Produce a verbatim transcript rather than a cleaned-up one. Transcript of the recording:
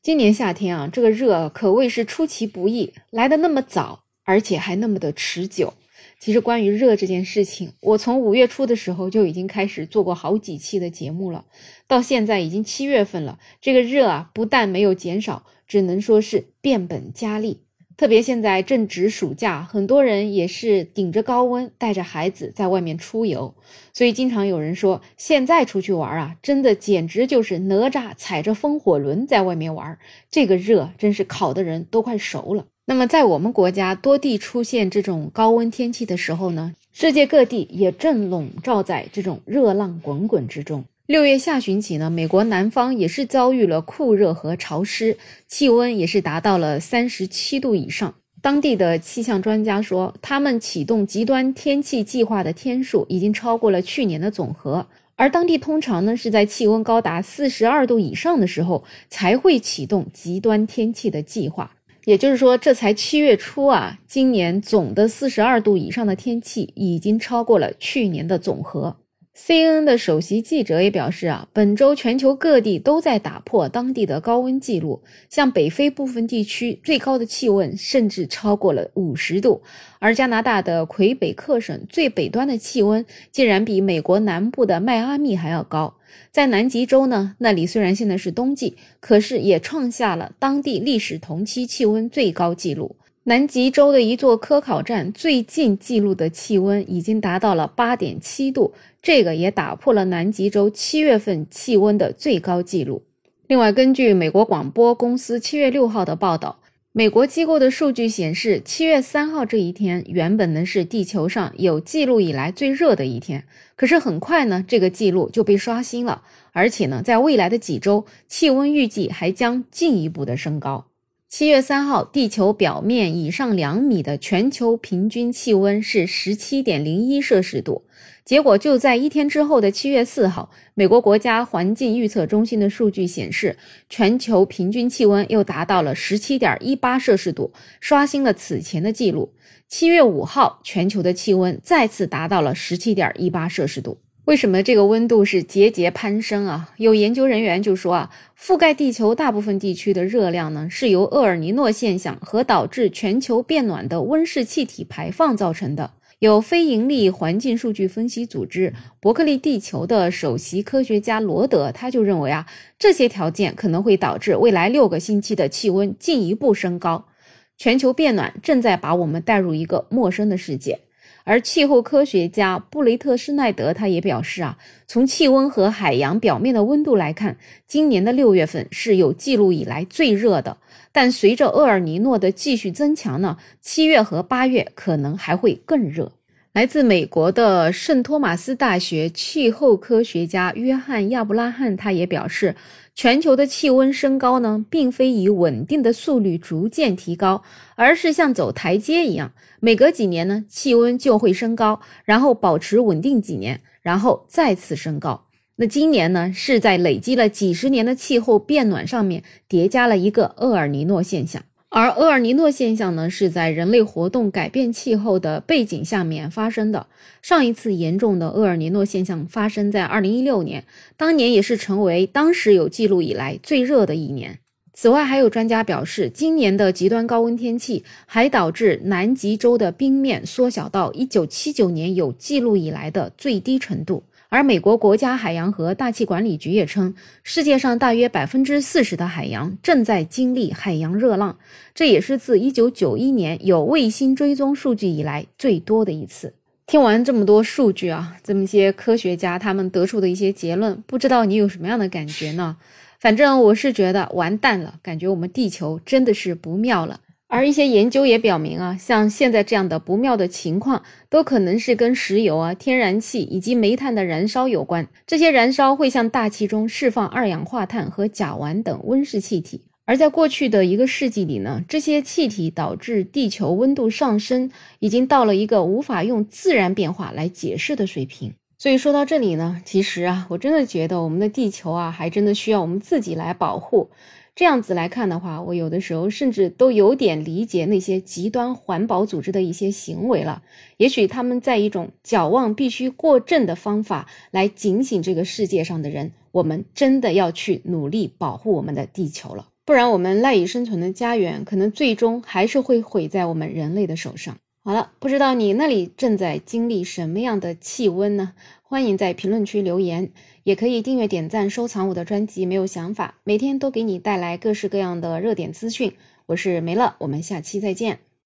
今年夏天啊，这个热可谓是出其不意，来得那么早，而且还那么的持久。其实关于热这件事情，我从五月初的时候就已经开始做过好几期的节目了，到现在已经七月份了，这个热啊不但没有减少，只能说是变本加厉。特别现在正值暑假，很多人也是顶着高温带着孩子在外面出游，所以经常有人说现在出去玩啊，真的简直就是哪吒踩着风火轮在外面玩，这个热真是烤的人都快熟了。那么在我们国家多地出现这种高温天气的时候呢，世界各地也正笼罩在这种热浪滚滚之中。六月下旬起呢，美国南方也是遭遇了酷热和潮湿，气温也是达到了三十七度以上。当地的气象专家说，他们启动极端天气计划的天数已经超过了去年的总和，而当地通常呢是在气温高达四十二度以上的时候才会启动极端天气的计划。也就是说，这才七月初啊，今年总的四十二度以上的天气已经超过了去年的总和。C N N 的首席记者也表示啊，本周全球各地都在打破当地的高温记录，像北非部分地区最高的气温甚至超过了五十度，而加拿大的魁北克省最北端的气温竟然比美国南部的迈阿密还要高。在南极洲呢，那里虽然现在是冬季，可是也创下了当地历史同期气温最高纪录。南极洲的一座科考站最近记录的气温已经达到了 八点七度，这个也打破了南极洲七月份气温的最高纪录。另外，根据美国广播公司七月六号的报道，美国机构的数据显示，七月三号这一天原本呢是地球上有记录以来最热的一天，可是很快呢这个记录就被刷新了，而且呢在未来的几周气温预计还将进一步的升高。七月三号，地球表面以上两米的全球平均气温是 十七点零一摄氏度。结果就在一天之后的七月四号，美国国家环境预测中心的数据显示，全球平均气温又达到了 十七点一八摄氏度，刷新了此前的记录。七月五号，全球的气温再次达到了 十七点一八摄氏度。为什么这个温度是节节攀升啊？有研究人员就说啊，覆盖地球大部分地区的热量呢，是由厄尔尼诺现象和导致全球变暖的温室气体排放造成的。有非营利环境数据分析组织伯克利地球的首席科学家罗德，他就认为啊，这些条件可能会导致未来六个星期的气温进一步升高。全球变暖正在把我们带入一个陌生的世界。而气候科学家布雷特施奈德他也表示啊，从气温和海洋表面的温度来看，今年的六月份是有记录以来最热的，但随着厄尔尼诺的继续增强呢，七月和八月可能还会更热。来自美国的圣托马斯大学气候科学家约翰亚布拉罕他也表示，全球的气温升高呢，并非以稳定的速率逐渐提高，而是像走台阶一样，每隔几年呢，气温就会升高，然后保持稳定几年，然后再次升高。那今年呢，是在累积了几十年的气候变暖上面叠加了一个厄尔尼诺现象。而厄尔尼诺现象呢，是在人类活动改变气候的背景下面发生的。上一次严重的厄尔尼诺现象发生在二零一六年，当年也是成为当时有记录以来最热的一年。此外，还有专家表示，今年的极端高温天气还导致南极洲的冰面缩小到一九七九年有记录以来的最低程度。而美国国家海洋和大气管理局也称，世界上大约 百分之四十 的海洋正在经历海洋热浪，这也是自一九九一年有卫星追踪数据以来最多的一次。听完这么多数据啊，这么些科学家他们得出的一些结论，不知道你有什么样的感觉呢？反正我是觉得完蛋了，感觉我们地球真的是不妙了。而一些研究也表明啊，像现在这样的不妙的情况都可能是跟石油啊、天然气以及煤炭的燃烧有关。这些燃烧会向大气中释放二氧化碳和甲烷等温室气体。而在过去的一个世纪里呢，这些气体导致地球温度上升，已经到了一个无法用自然变化来解释的水平。所以说到这里呢，其实啊，我真的觉得我们的地球啊，还真的需要我们自己来保护。这样子来看的话，我有的时候甚至都有点理解那些极端环保组织的一些行为了。也许他们在一种矫枉必须过正的方法来警醒这个世界上的人，我们真的要去努力保护我们的地球了。 不然我们赖以生存的家园可能最终还是会毁在我们人类的手上。好了，不知道你那里正在经历什么样的气温呢？欢迎在评论区留言，也可以订阅点赞收藏我的专辑没有想法，每天都给你带来各式各样的热点资讯。我是梅乐，我们下期再见。